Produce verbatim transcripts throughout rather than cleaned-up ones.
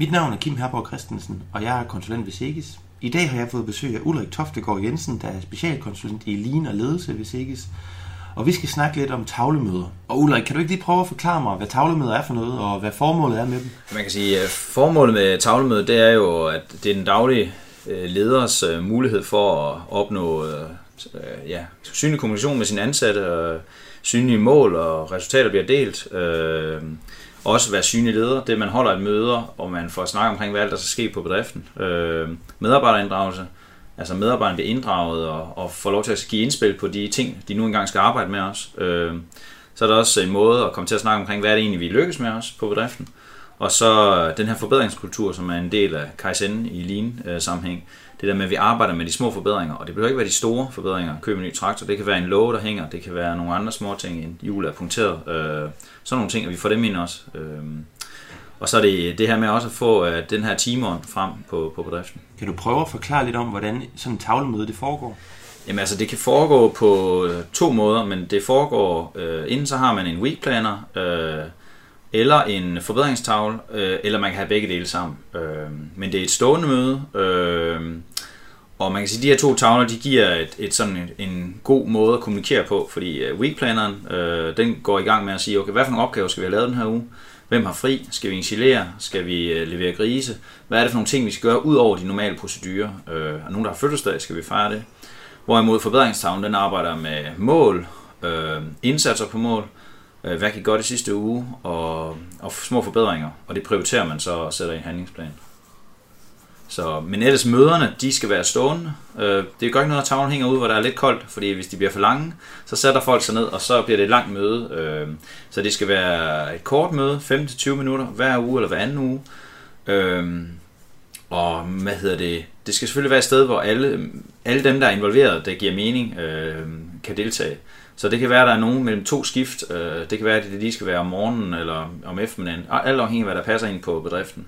Mit navn er Kim Herborg Christensen, og jeg er konsulent ved SEGIS. I dag har jeg fået besøg af Ulrik Toftegård Jensen, der er specialkonsulent i Lean og ledelse ved SEGIS. Og vi skal snakke lidt om tavlemøder. Og Ulrik, kan du ikke lige prøve at forklare mig, hvad tavlemøder er for noget, og hvad formålet er med dem? Man kan sige, at formålet med tavlemødet, det er jo, at det er den daglige leders mulighed for at opnå ja, synlig kommunikation med sine ansatte, og synlige mål og resultater bliver delt. Også være synlig leder, det man holder et møder, og man får snakket omkring, hvad der skal ske på bedriften. Medarbejderinddragelse, altså medarbejderne bliver inddraget og, og får lov til at give indspil på de ting, de nu engang skal arbejde med os. Øh, så er der også en måde at komme til at snakke omkring, hvad er det egentlig, vi lykkes med os på bedriften. Og så den her forbedringskultur, som er en del af Kaizen i Lean-sammenhæng. Det der med, at vi arbejder med de små forbedringer, og det behøver ikke være de store forbedringer. Køb en ny traktor, det kan være en låge, der hænger, det kan være nogle andre små ting, en hjul er punkteret. Øh, sådan nogle ting, og vi får dem ind også. Øh, Og så er det det her med også at få uh, den her teamånd frem på, på bedriften. Kan du prøve at forklare lidt om, hvordan sådan et tavlemøde det foregår? Jamen altså, det kan foregå på uh, to måder, men det foregår, uh, inden så har man en weekplaner, uh, eller en forbedringstavle, uh, eller man kan have begge dele sammen. Uh, men det er et stående møde, uh, og man kan sige, at de her to tavler, de giver et, et sådan en, en god måde at kommunikere på, fordi uh, weekplaneren, uh, den går i gang med at sige, okay, hvad for nogle opgaver skal vi have lavet den her uge? Hvem har fri? Skal vi ingeniere? Skal vi levere grise? Hvad er det for nogle ting, vi skal gøre ud over de normale procedurer? Øh, og nogen, der har fødselsdag, skal vi fejre det? Hvorimod forbedringstavlen, den arbejder med mål, øh, indsatser på mål, øh, hvad gik godt i sidste uge, og, og små forbedringer. Og det prioriterer man så og sætter i en handlingsplan. Så, men ellers møderne, de skal være stående. Øh, det gør ikke noget, at tavlen hænger ud, hvor der er lidt koldt, fordi hvis de bliver for lange, så sætter folk sig ned, og så bliver det et langt møde. Øh, så det skal være et kort møde, fem til tyve minutter, hver uge eller hver anden uge. Øh, og hvad hedder det? Det skal selvfølgelig være et sted, hvor alle, alle dem, der er involveret, der giver mening, øh, kan deltage. Så det kan være, at der er nogen mellem to skift. Øh, det kan være, at det lige skal være om morgenen eller om eftermiddagen. Alt afhængig af, hvad der passer ind på bedriften.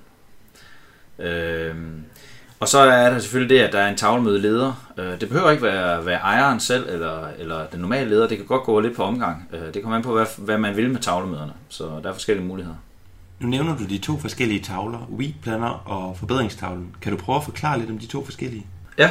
Øhm, og så er der selvfølgelig det, at der er en tavlemødeleder. Øh, det behøver ikke være, være ejeren selv eller, eller den normale leder. Det kan godt gå lidt på omgang. Øh, det kommer an på, hvad, hvad man vil med tavlemøderne. Så der er forskellige muligheder. Nu nævner du de to forskellige tavler, weekplaner og forbedringstavlen. Kan du prøve at forklare lidt om de to forskellige? Ja,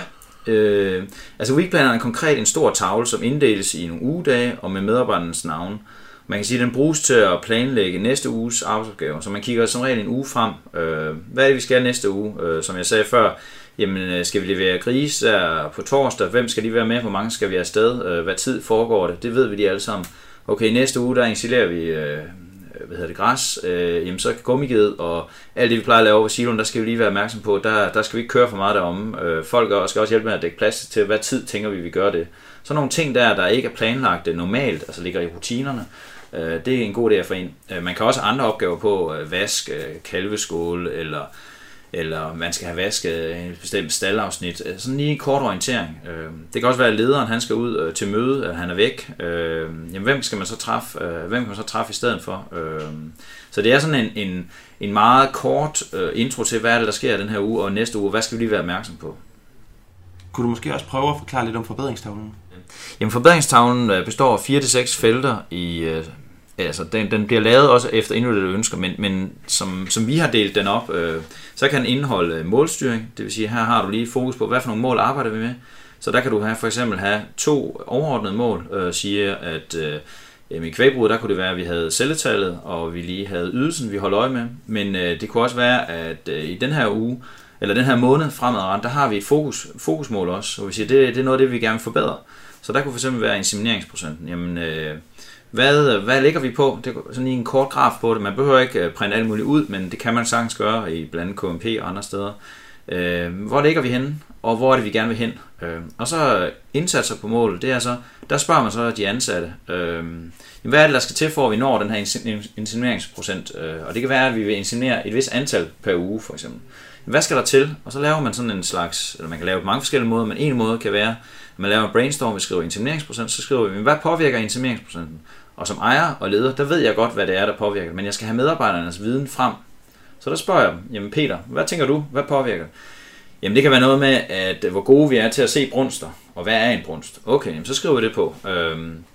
øh, altså weekplaneren er konkret en stor tavle, som inddeles i nogle ugedage og med medarbejdernes navn. Man kan sige, at den bruges til at planlægge næste uges arbejdsopgaver, så man kigger som regel en uge frem. Hvad er det, vi skal næste uge? Som jeg sagde før, jamen, skal vi levere grise på torsdag? Hvem skal de være med? Hvor mange skal vi afsted? Hvad tid foregår det? Det ved vi de alle sammen. Okay, næste uge, der installerer vi hvad hedder det, græs, jamen, så gummiged og alt det, vi plejer at lave over siloen, der skal vi lige være opmærksom på. Der, der skal vi ikke køre for meget deromme. Folk skal også hjælpe med at dække plads til, hvad tid tænker vi, vi gør det. Så nogle ting der, der ikke er planlagt normalt, altså ligger i rutinerne, det er en god idé at få ind. Man kan også have andre opgaver på, vask, kalveskål, eller, eller man skal have vasket en bestemt staldafsnit. Sådan lige en kort orientering. Det kan også være, at lederen han skal ud til møde, eller han er væk. Jamen, hvem skal man så træffe? Hvem kan man så træffe i stedet for? Så det er sådan en, en, en meget kort intro til, hvad er det, der sker den her uge, og næste uge, hvad skal vi lige være opmærksom på? Kunne du måske også prøve at forklare lidt om forbedringstavlen? Jamen, forbedringstavlen består af fire til seks felter i... Altså, den, den bliver lavet også efter individuelle ønsker, men, men som, som vi har delt den op, øh, så kan den indeholde målstyring. Det vil sige, her har du lige fokus på, hvad for nogle mål arbejder vi med. Så der kan du have, for eksempel have to overordnede mål. Øh, siger, at øh, i kvægbruget, der kunne det være, at vi havde celletallet, og vi lige havde ydelsen, vi holder øje med. Men øh, det kunne også være, at øh, i den her uge, eller den her måned fremadrettet, der har vi et fokus, fokusmål også. Og vi siger, det, det er noget af det, vi gerne vil forbedre. Så der kunne for eksempel være insemineringsprocenten. Jamen... Øh, Hvad, hvad lægger vi på? Det er sådan lige en kort graf på det. Man behøver ikke printe alt muligt ud, men det kan man sagtens gøre i blandt andet K M P og andre steder. Øh, hvor ligger vi henne, og hvor er det, vi gerne vil hen? Øh, og så indsatser på mål, det er så, der spørger man så de ansatte. Øh, hvad er det, der skal til, for at vi når den her insemineringsprocent? Øh, og det kan være, at vi vil inseminere et vis antal per uge, for eksempel. Hvad skal der til? Og så laver man sådan en slags, eller man kan lave på mange forskellige måder, men en måde kan være, at man laver en brainstorm, vi skriver insemineringsprocent, så skriver vi, hvad påvirker insemineringsprocenten? Og som ejer og leder, der ved jeg godt, hvad det er, der påvirker, men jeg skal have medarbejdernes viden frem. Så der spørger jeg dem, jamen Peter, hvad tænker du, hvad påvirker? Jamen det kan være noget med, at hvor gode vi er til at se brunster, og hvad er en brunst? Okay, så skriver vi det på. Øhm,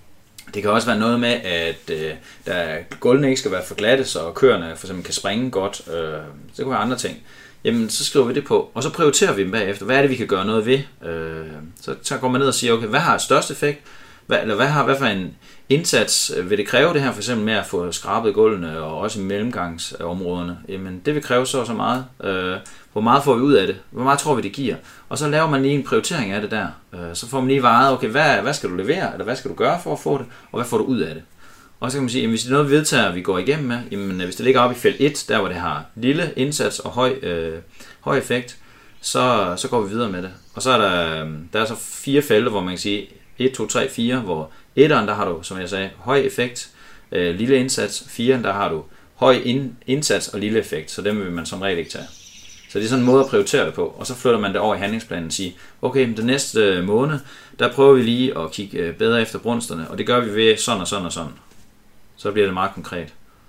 Det kan også være noget med, at øh, der gulvene ikke skal være for glatte, så køerne for eksempel kan springe godt. Øh, det kan være andre ting. Jamen, så skriver vi det på, og så prioriterer vi dem bagefter. Hvad er det, vi kan gøre noget ved? Øh, så, så går man ned og siger, okay, hvad har størst effekt? Hvad, eller hvad har hvad for en indsats vil det kræve det her, for eksempel med at få skrabet gulvene, og også i mellemgangsområderne? Jamen, det vil kræve så og så meget. Øh, hvor meget får vi ud af det? Hvor meget tror vi, det giver? Og så laver man lige en prioritering af det der. Øh, så får man lige vejet, okay, hvad, hvad skal du levere, eller hvad skal du gøre for at få det, og hvad får du ud af det? Og så kan man sige, at hvis det er noget, vi vedtager, vi går igennem med, jamen, hvis det ligger oppe i felt et, der hvor det har lille indsats og høj, øh, høj effekt, så, så går vi videre med det. Og så er der, der er så fire felter, hvor man kan sige et, to, tre, fire, hvor etteren, der har du, som jeg sagde, høj effekt, øh, lille indsats, firen, der har du høj in, indsats og lille effekt, så dem vil man som regel ikke tage. Så det er sådan en måde at prioritere det på, og så flytter man det over i handlingsplanen og siger, okay, den næste måned, der prøver vi lige at kigge bedre efter brunsterne, og det gør vi ved sådan og sådan og sådan. Så bliver det meget konkret.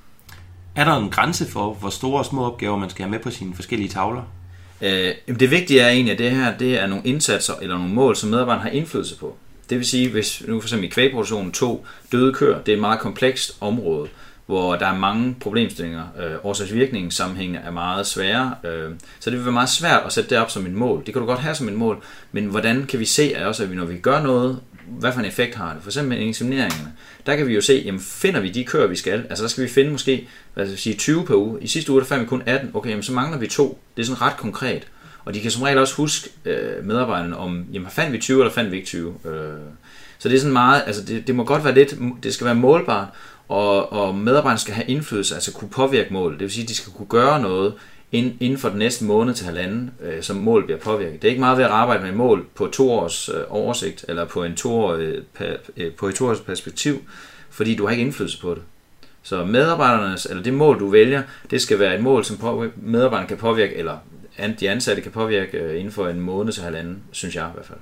Er der en grænse for, hvor store og små opgaver man skal have med på sine forskellige tavler? Øh, det vigtige er egentlig, at det her det er nogle indsatser eller nogle mål, som medarbejderen har indflydelse på. Det vil sige, hvis nu for eksempel i kvægproduktionen to døde køer, det er et meget komplekst område, hvor der er mange problemstillinger. Øh, årsagsvirkningen sammenhængende er meget svære, øh, så det vil være meget svært at sætte det op som et mål. Det kan du godt have som et mål, men hvordan kan vi se, at også, at vi, når vi gør noget, hvad for en effekt har det? For eksempel med insemineringerne, der kan vi jo se, jamen finder vi de køer, vi skal? Altså der skal vi finde måske hvad skal vi sige, tyve per uge. I sidste uge der fandt vi kun atten. Okay, jamen, så mangler vi to. Det er sådan ret konkret. Og de kan som regel også huske øh, medarbejderne om, jamen fandt vi tyve, eller fandt vi ikke tyve? Øh, så det er sådan meget, altså det, det må godt være lidt, det skal være målbart, og, og medarbejderne skal have indflydelse, altså kunne påvirke målet. Det vil sige, at de skal kunne gøre noget inden for den næste måned til halvanden, øh, som målet bliver påvirket. Det er ikke meget ved at arbejde med mål på to års øh, oversigt, eller på, en to år, øh, øh, på et to års perspektiv, fordi du har ikke indflydelse på det. Så medarbejdernes, eller det mål, du vælger, det skal være et mål, som på, medarbejderne kan påvirke, eller de ansatte kan påvirke øh, inden for en måned til halvanden, synes jeg i hvert fald.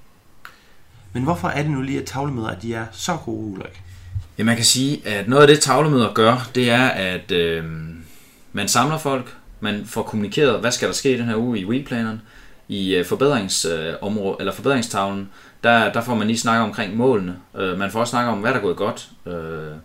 Men hvorfor er det nu lige, at tavlemøder de er så gode, Ulrik? Ja, man kan sige, at noget af det tavlemøder gør, det er, at øh, man samler folk, man får kommunikeret, hvad skal der ske i den her uge i weekplaneren, i øh, forbedringsområdet, øh, eller forbedringstavlen, der, der får man lige snakke omkring målene. Øh, man får også snakke om, hvad der er gået godt. Øh,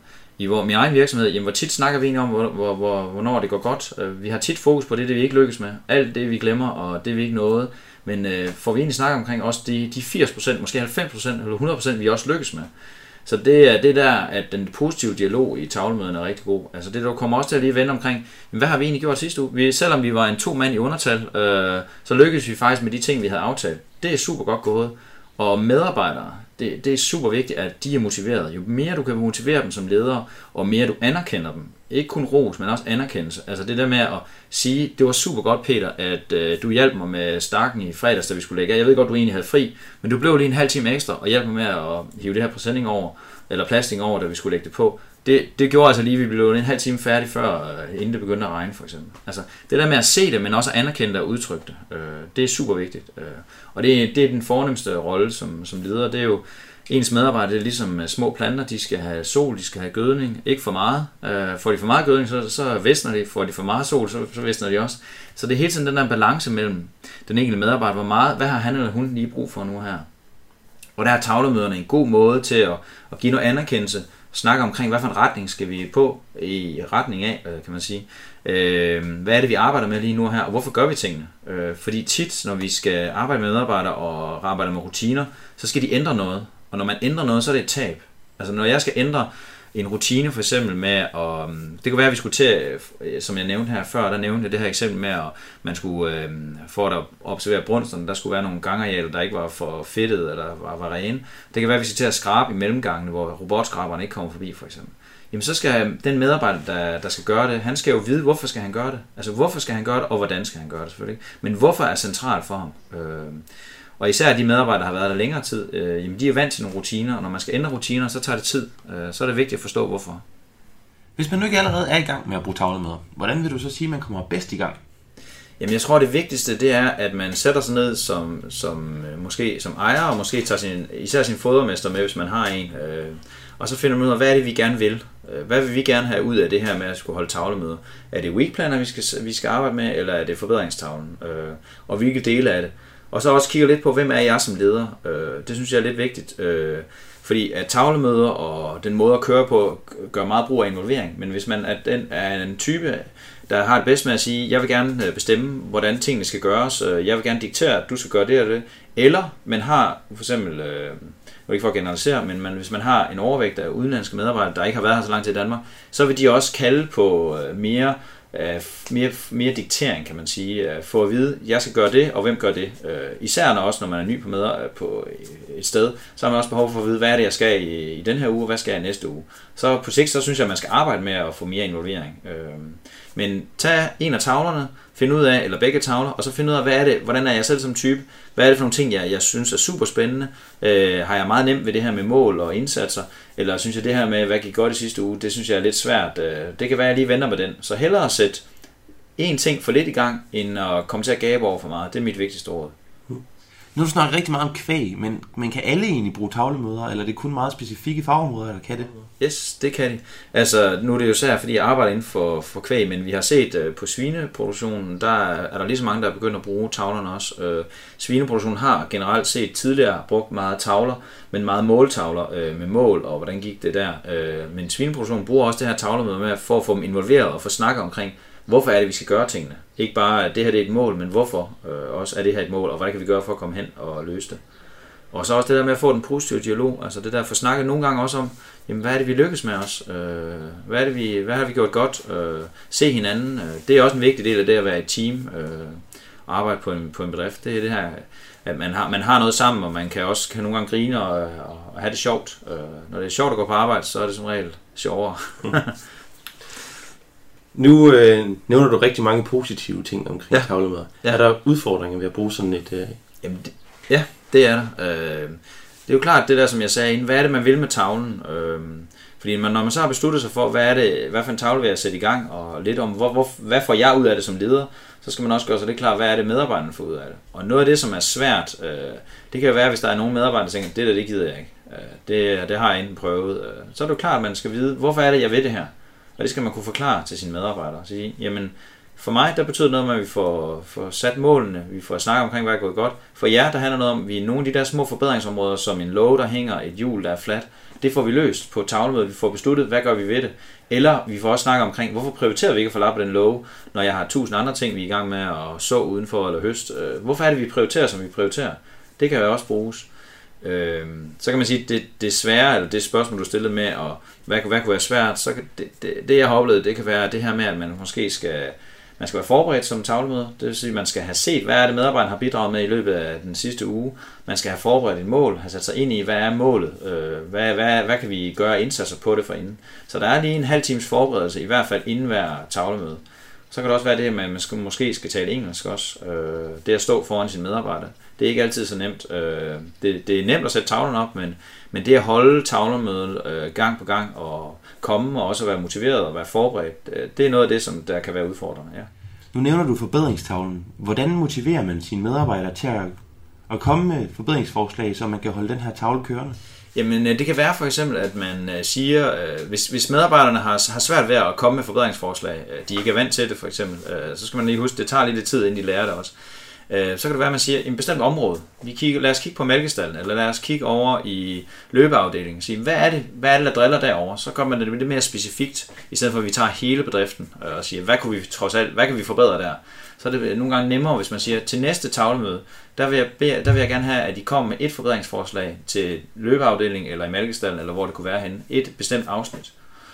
I hvor, min egen virksomhed, jamen, hvor tit snakker vi egentlig om, hvor, hvor, hvor, hvornår det går godt. Øh, vi har tit fokus på det, det vi ikke lykkes med. Alt det, vi glemmer, og det vi ikke nåede. Men øh, får vi egentlig snakke omkring også de, de firs procent, måske halvfems procent eller hundrede procent, vi også lykkes med. Så det er det der, at den positive dialog i tavlemøden er rigtig god. Altså det, der kommer også til at lige vende omkring, hvad har vi egentlig gjort sidste uge? Vi, selvom vi var en to mand i undertal, øh, så lykkedes vi faktisk med de ting, vi havde aftalt. Det er super godt gået. Og medarbejdere, det, det er super vigtigt, at de er motiveret. Jo mere du kan motivere dem som ledere, og mere du anerkender dem, ikke kun ros, men også anerkendelse. Altså det der med at sige, det var super godt, Peter, at øh, du hjalp mig med stakken i fredags, da vi skulle lægge af. Jeg ved godt, du egentlig havde fri, men du blev lige en halv time ekstra og hjalp mig med at hive det her præsending over, eller plastik over, da vi skulle lægge det på. Det, det gjorde altså lige, at vi blev en halv time færdig før, øh, inden det begyndte at regne, for eksempel. Altså det der med at se det, men også at anerkende det og udtrykke det, øh, det er super vigtigt. Øh, og det, det er den fornemste rolle som, som leder. Det er jo ens medarbejdere, det er ligesom små planter, de skal have sol, de skal have gødning, ikke for meget. Øh, får de for meget gødning, så, så visner de. Får de for meget sol, så, så visner de også. Så det er hele tiden den der balance mellem den enkelte medarbejder, hvor meget, hvad har han eller hun lige brug for nu her. Og der er tavlemøderne en god måde til at, at give noget anerkendelse, snakke omkring, hvad for en retning skal vi på i retning af, kan man sige. Øh, hvad er det, vi arbejder med lige nu her, og hvorfor gør vi tingene? Øh, fordi tit, når vi skal arbejde med medarbejdere og arbejde med rutiner, så skal de ændre noget. Og når man ændrer noget, så er det et tab. Altså når jeg skal ændre en rutine for eksempel med, at, det kunne være, at vi skulle til, som jeg nævnte her før, der nævnte jeg det her eksempel med, at man skulle, for at observere brunsterne, der skulle være nogle gangarealer, der ikke var for fedtet eller var, var rene. Det kan være, at vi skal til at skrabe i mellemgangene, hvor robotskraberne ikke kommer forbi for eksempel. Jamen så skal den medarbejder, der, der skal gøre det, han skal jo vide, hvorfor skal han gøre det. Altså hvorfor skal han gøre det, og hvordan skal han gøre det selvfølgelig. Men hvorfor er centralt for ham. Øh, Og især de medarbejdere, der har været der længere tid, øh, jamen de er vant til nogle rutiner, og når man skal ændre rutiner, så tager det tid. Øh, så er det vigtigt at forstå, hvorfor. Hvis man nu ikke allerede er i gang med at bruge tavlemøder, hvordan vil du så sige, at man kommer bedst i gang? Jamen jeg tror, det vigtigste det er, at man sætter sig ned som, som, måske som ejer, og måske tager sin, især sin fodermester med, hvis man har en. Øh, og så finder man ud af, hvad er det, vi gerne vil. Hvad vil vi gerne have ud af det her med at skulle holde tavlemøder? Er det weekplaner, vi skal, vi skal arbejde med, eller er det forbedringstavlen? Øh, og hvilke dele af det? Og så også kigge lidt på, hvem er jeg som leder. Øh, det synes jeg er lidt vigtigt. Øh, Fordi at tavlemøder og den måde at køre på gør meget brug af involvering, men hvis man er, den, er en type, der har det bedst med at sige, jeg vil gerne bestemme, hvordan tingene skal gøres, jeg vil gerne diktere, at du skal gøre det og det, eller man har for eksempel, øh, ikke for at generalisere, men man, hvis man har en overvægt af udenlandske medarbejdere, der ikke har været her så lang tid i Danmark, så vil de også kalde på mere Mere, mere diktering, kan man sige, for at vide, jeg skal gøre det, og hvem gør det. Især når også, når man er ny på, med, på et sted, så har man også behov for at vide, hvad er det, jeg skal i, i den her uge, og hvad skal jeg næste uge. Så på sigt, så synes jeg, at man skal arbejde med at få mere involvering. Men tag en af tavlerne, find ud af, eller begge tavler, og så find ud af, hvad er det, hvordan er jeg selv som type, hvad er det for nogle ting, jeg, jeg synes er super spændende, øh, har jeg meget nemt ved det her med mål og indsatser, eller synes jeg det her med, hvad gik godt i sidste uge, det synes jeg er lidt svært, øh, det kan være, at jeg lige venter med den, så hellere sætte én ting for lidt i gang, end at komme til at gabe over for meget, det er mit vigtigste råd. Nu har du snakket rigtig meget om kvæg, men, men kan alle egentlig bruge tavlemøder, eller er det kun meget specifikke fagområder, eller kan det? Yes, det kan de. Altså, nu er det jo særligt, fordi jeg arbejder inden for, for kvæg, men vi har set uh, på svineproduktionen, der er der lige så mange, der er begyndt at bruge tavlerne også. Uh, svineproduktionen har generelt set tidligere brugt meget tavler, men meget måltavler uh, med mål, og hvordan gik det der. Uh, men svineproduktionen bruger også det her tavlemøder med for at få dem involveret og få snakket omkring, hvorfor er det, vi skal gøre tingene. Ikke bare, at det her det er et mål, men hvorfor øh, også er det her et mål, og hvad kan vi gøre for at komme hen og løse det. Og så også det der med at få den positive dialog, altså det der for snakket nogle gange også om, jamen, hvad er det, vi lykkes med os? Øh, hvad, er det, vi, hvad har vi gjort godt? Øh, se hinanden. Øh, det er også en vigtig del af det at være et team øh, og arbejde på en, på en bedrift. Det er det her, at man har, man har noget sammen, og man kan også kan nogle gange grine og, og have det sjovt. Øh, når det er sjovt at gå på arbejde, så er det som regel sjovere. Nu øh, nævner du rigtig mange positive ting omkring ja. tavlemøder. Ja. Er der udfordringer ved at bruge sådan et... Øh... Jamen, det, ja, det er der. Øh, det er jo klart det der, som jeg sagde inden. Hvad er det, man vil med tavlen? Øh, fordi man, når man så har besluttet sig for, hvad er det, hvad for en tavle vil jeg sætte i gang, og lidt om, hvor, hvor, hvad får jeg ud af det som leder, så skal man også gøre sig det klart, hvad er det, medarbejderne får ud af det. Og noget af det, som er svært, øh, det kan jo være, hvis der er nogle medarbejdere, der tænker, det der, det gider jeg ikke. Øh, det, det har jeg enten prøvet. Øh, så er det jo klart, at man skal vide, hvorfor er det, jeg ved det her? Og det skal man kunne forklare til sine medarbejdere. Sige, jamen, for mig, der betyder noget med, at vi får, får sat målene, vi får snakket omkring, hvad er gået godt. For jer, der handler noget om, at vi er nogle af de der små forbedringsområder, som en låge, der hænger, et hjul, der er fladt, det får vi løst på tavlemødet. Vi får besluttet, hvad gør vi ved det. Eller vi får også snakket omkring, hvorfor prioriterer vi ikke at få lappet den låge, når jeg har tusind andre ting, vi er i gang med at så udenfor eller høst. Hvorfor er det, vi prioriterer, som vi prioriterer? Det kan jo også bruges. Øh, så kan man sige, at det, det svære, eller det spørgsmål, du stillede med, og hvad, hvad kunne være svært, så kan det, det, det, jeg har oplevet, det kan være det her med, at man måske skal, man skal være forberedt som tavlemøder. Det vil sige, at man skal have set, hvad er det, medarbejderen har bidraget med i løbet af den sidste uge. Man skal have forberedt et mål, have sat sig ind i, hvad er målet, øh, hvad, hvad, hvad kan vi gøre indsatser på det for inden. Så der er lige en halv times forberedelse, i hvert fald inden hver tavlemøde. Så kan det også være det, at man skal, måske skal tale engelsk også. Øh, det at stå foran sine medarbejdere. Det er ikke altid så nemt. Øh, det, det er nemt at sætte tavlen op, men, men det at holde tavlemødet øh, gang på gang og komme og også være motiveret og være forberedt, øh, det er noget af det, som der kan være udfordrende. Ja. Nu nævner du forbedringstavlen. Hvordan motiverer man sine medarbejdere til at, at komme med forbedringsforslag, så man kan holde den her tavle kørende? Jamen, det kan være for eksempel, at man siger, hvis, hvis medarbejderne har, har svært ved at komme med forbedringsforslag, de ikke er vant til det for eksempel, så skal man lige huske, det tager lidt tid, inden de lærer det også. Så kan det være, at man siger, en bestemt område, vi kigger, lad os kigge på mælkestallen, eller lad os kigge over i løbeafdelingen, og sige, hvad er det, hvad er det, der driller derovre? Så kommer man det lidt mere specifikt, i stedet for at vi tager hele bedriften og siger, hvad kunne vi trods alt, hvad kan vi forbedre der? Så er det nogle gange nemmere, hvis man siger, til næste tavlemøde, der vil jeg, bede, der vil jeg gerne have, at de kommer med et forbedringsforslag til løbeafdelingen, eller i mælkestallen, eller hvor det kunne være henne. Et bestemt afsnit.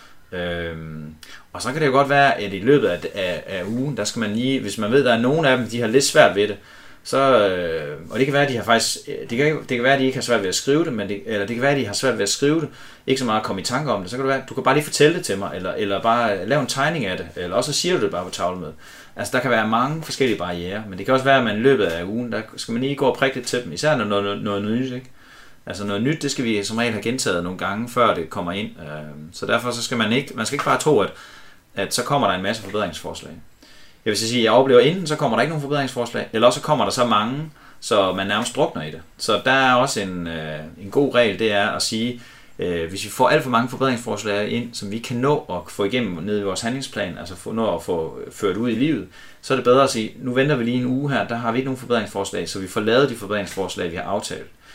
Øhm, og så kan det jo godt være, at i løbet af, af, af ugen, der skal man lige, hvis man ved, at der er nogle af dem, de har lidt svært ved det, så, øh, og det kan være, at de har faktisk, det kan, det kan være, at de ikke har svært ved at skrive det, men det, eller det kan være, at de har svært ved at skrive det, ikke så meget at komme i tanke om det, så kan det være, du kan bare lige fortælle det til mig, eller, eller bare lave en tegning af det, eller også siger du det bare på tavlemødet. Altså, der kan være mange forskellige barrierer, men det kan også være, at man i løbet af ugen, der skal man lige gå og prikke lidt til dem, især når noget, noget, noget nyt, ikke? Altså noget nyt, det skal vi som regel have gentaget nogle gange, før det kommer ind. Så derfor så skal man ikke, man skal ikke bare tro, at, at så kommer der en masse forbedringsforslag. Jeg vil sige, at jeg oplever enten, så kommer der ikke nogen forbedringsforslag, eller også så kommer der så mange, så man nærmest drukner i det. Så der er også en, en god regel, det er at sige, hvis vi får alt for mange forbedringsforslag ind, som vi kan nå at få igennem ned i vores handlingsplan, altså få, nå at få ført ud i livet, så er det bedre at sige, nu venter vi lige en uge her, der har vi ikke nogen forbedringsforslag, så vi får lavet de forbedringsforslag, vi har aftalt.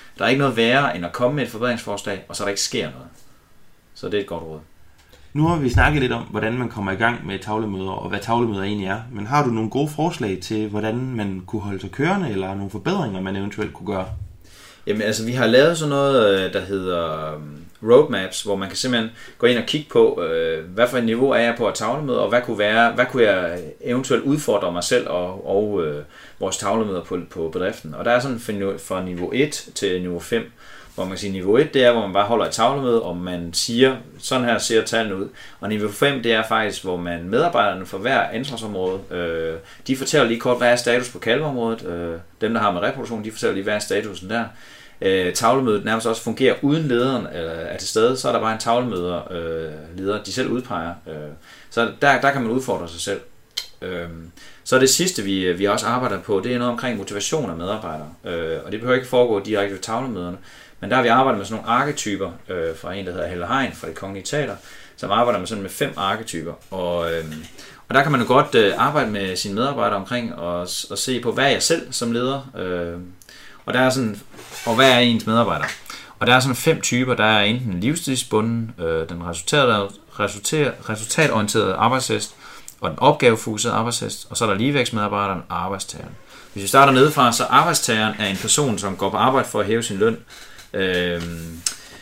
Der er ikke noget værre end at komme med et forbedringsforslag, og så der ikke sker noget. Så det er et godt råd. Nu har vi snakket lidt om, hvordan man kommer i gang med tavlemøder, og hvad tavlemøder egentlig er. Men har du nogle gode forslag til, hvordan man kunne holde sig kørende, eller nogle forbedringer, man eventuelt kunne gøre? Jamen altså, vi har lavet sådan noget, der hedder roadmaps, hvor man kan simpelthen gå ind og kigge på, hvad for et niveau er jeg på at tavlemøde, og hvad kunne, være, hvad kunne jeg eventuelt udfordre mig selv og, og øh, vores tavlemøder på, på bedriften. Og der er sådan fra niveau et til niveau fem, hvor man kan sige, niveau et, det er, hvor man bare holder et tavlemøde, og man siger, sådan her ser tallene ud. Og niveau fem, det er faktisk, hvor man medarbejderne for hver ansvarsområde, øh, de fortæller lige kort, hvad er status på kalveområdet. Øh, dem, der har med reproduktion, de fortæller lige, hvad er statusen der. Øh, tavlemødet nærmest også fungerer uden lederen øh, er til stede, så er der bare en tavlemøder, øh, leder, de selv udpeger. Øh, så der, der kan man udfordre sig selv. Øh, så det sidste, vi, vi også arbejder på, det er noget omkring motivation af medarbejdere. Øh, og det behøver ikke foregå direkte ved tavlemøderne. Men der har vi arbejdet med sådan nogle arketyper øh, fra en, der hedder Helle Hein fra Det Kongelige Teater, som arbejder med sådan med fem arketyper. Og, øh, og der kan man jo godt øh, arbejde med sine medarbejdere omkring og, og se på, hvad er jeg selv som leder, øh, og der er sådan, og hvad er ens medarbejder. Og der er sådan fem typer. Der er enten livsstilsbunden, øh, den resultat, resultat, resultatorienterede arbejdshest, og den opgavefokuserede arbejdshest, og så er der ligevægtsmedarbejderen og arbejdstageren. Hvis vi starter nedefra, så arbejdstageren er en person, som går på arbejde for at hæve sin løn, Øhm,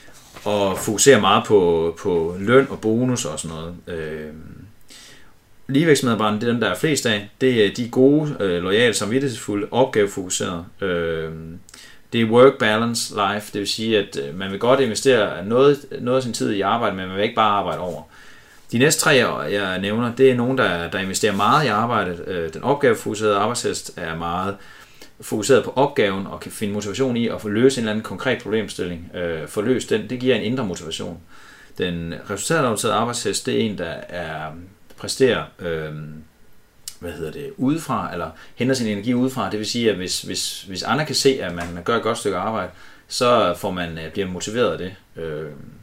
og fokuserer meget på, på løn og bonus og sådan noget. Øhm, Ligevægtsmedarbejderne, det er dem, der er flest af. Det er de gode, øh, loyale, samvittighedsfulde, opgavefokuserede. Øhm, det er work balance life, det vil sige, at øh, man vil godt investere noget, noget af sin tid i arbejde, men man vil ikke bare arbejde over. De næste tre, jeg nævner, det er nogen, der, der investerer meget i arbejdet. Øh, den opgavefokuserede arbejdshest er meget fokuseret på opgaven og kan finde motivation i at få løst en eller anden konkret problemstilling. Øh, få løst den, det giver en indre motivation. Den resultatorienterede arbejdshest, det er en, der er præsterer øh, hvad hedder det, udefra, eller henter sin energi udefra. Det vil sige, at hvis, hvis, hvis andre kan se, at man gør et godt stykke arbejde, så får man, bliver motiveret af det. Øh,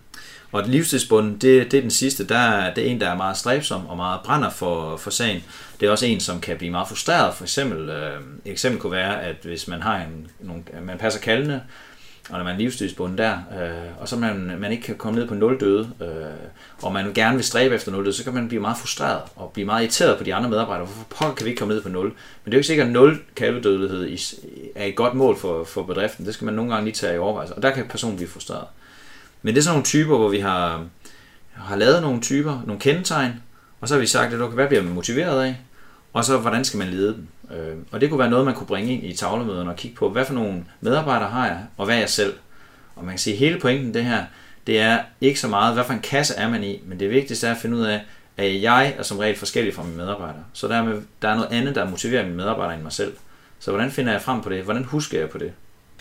Og et livstidsbunden, det, det er den sidste. Der, det er en, der er meget stræbsom og meget brænder for, for sagen. Det er også en, som kan blive meget frustreret. For eksempel, øh, et eksempel kunne være, at hvis man har en, nogle, man passer kalvene, og når man er livstidsbunden der, øh, og så man, man ikke kan komme ned på nul døde, øh, og man gerne vil stræbe efter nul døde, så kan man blive meget frustreret og blive meget irriteret på de andre medarbejdere. Hvorfor pokker kan vi ikke komme ned på nul? Men det er jo ikke sikkert, at nul kalvedødelighed er et godt mål for, for bedriften. Det skal man nogle gange lige tage i overvejelse, og der kan personen blive frustreret. Men det er sådan nogle typer, hvor vi har, har lavet nogle typer, nogle kendetegn, og så har vi sagt, at okay, hvad bliver man motiveret af, og så hvordan skal man lede dem. Øh, og det kunne være noget, man kunne bringe ind i tavlemøderne og kigge på, hvad for nogle medarbejdere har jeg, og hvad er jeg selv. Og man kan sige, at hele pointen det her, det er ikke så meget, hvad for en kasse er man i, men det vigtigste er at finde ud af, at jeg er som regel forskellig fra mine medarbejdere. Så dermed, der er noget andet, der motiverer mine medarbejdere end mig selv. Så hvordan finder jeg frem på det? Hvordan husker jeg på det?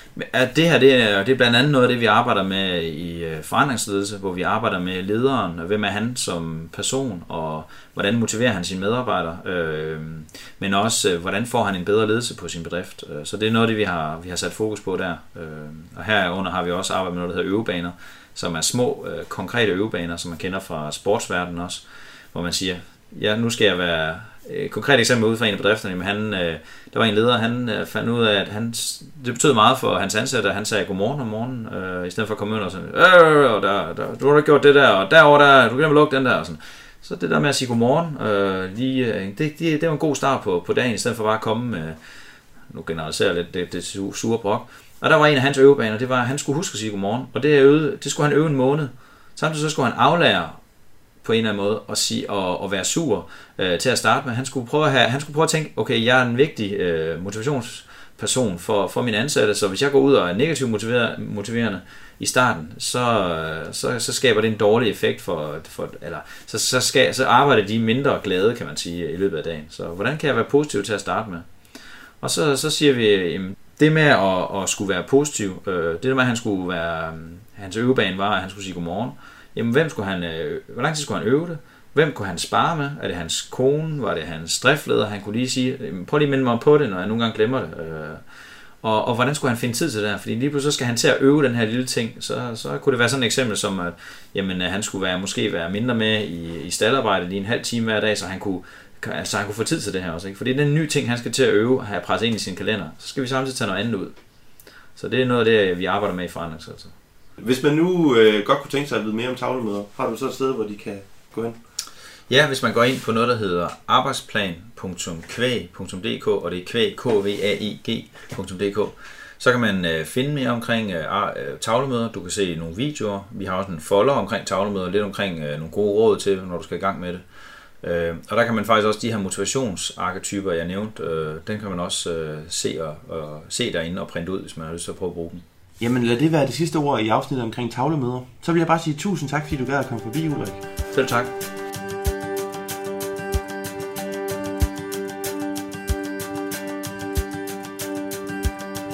Det her det er, det er blandt andet noget af det, vi arbejder med i forandringsledelse, hvor vi arbejder med lederen, hvem er han som person, og hvordan motiverer han sine medarbejdere, øh, men også øh, hvordan får han en bedre ledelse på sin bedrift. Så det er noget af det, vi har, vi har sat fokus på der. Og herunder har vi også arbejdet med noget, der hedder øvebaner, som er små, øh, konkrete øvebaner, som man kender fra sportsverdenen også, hvor man siger, ja, nu skal jeg være... Et konkret eksempel ud fra en af bedrifterne, men han, øh, der var en leder, han øh, fandt ud af, at han, det betød meget for hans ansatte, at han sagde godmorgen om morgenen, øh, i stedet for at komme ud og sådan, øh, og der, der, du har ikke gjort det der, og derovre der, du glemmer at lukke den der, og sådan. Så det der med at sige godmorgen, øh, lige, øh, det, det, det var en god start på, på dagen, i stedet for bare at komme med, nu generaliserer jeg lidt, det, det sure brok. Og der var en af hans øvebaner, det var, at han skulle huske at sige godmorgen, og det, øvede, det skulle han øve en måned. Samtidig så skulle han aflære på en eller anden måde at sige og, og være sur øh, til at starte med. Han skulle prøve at have, han skulle prøve at tænke, okay, jeg er en vigtig øh, motivationsperson for, for mine ansatte, så hvis jeg går ud og er negativt motiverende i starten, så, så, så skaber det en dårlig effekt for, for eller så, så, skal, så arbejder de mindre glade, kan man sige, i løbet af dagen. Så hvordan kan jeg være positiv til at starte med? Og så, så siger vi, jamen, det med at, at skulle være positiv, øh, det der med, at han skulle være, hans øvebane var, at han skulle sige godmorgen. Jamen, hvem skulle han, øh, hvor lang tid skulle han øve det? Hvem kunne han spare med? Er det hans kone? Var det hans driftleder? Han kunne lige sige, prøv lige at minde mig på det, når jeg nogle gange glemmer det. Øh, og, og hvordan skulle han finde tid til det her? Fordi lige pludselig så skal han til at øve den her lille ting. Så, så kunne det være sådan et eksempel som, at jamen, han skulle være, måske være mindre med i, i staldarbejde lige en halv time hver dag, så han kunne, altså, han kunne få tid til det her også. Ikke? Fordi det er en ny ting, han skal til at øve og have presset ind i sin kalender. Så skal vi samtidig tage noget andet ud. Så det er noget af det, vi arbejder med i forandringsledelse. Hvis man nu øh, godt kunne tænke sig at vide mere om tavlemøder, har du så et sted, hvor de kan gå hen? Ja, hvis man går ind på noget, der hedder arbejdsplan punktum kvæg punktum d k, og det er kvæg, k v a i g punktum d k, så kan man øh, finde mere omkring øh, tavlemøder. Du kan se nogle videoer. Vi har også en folder omkring tavlemøder, lidt omkring øh, nogle gode råd til, når du skal i gang med det. Øh, og der kan man faktisk også de her motivationsarketyper, jeg nævnte, øh, den kan man også øh, se, og, og se derinde og printe ud, hvis man har lyst til at prøve at bruge dem. Jamen lad det være det sidste ord i afsnittet omkring tavlemøder. Så vil jeg bare sige tusind tak, fordi du gad at komme forbi, Ulrik. Selv tak.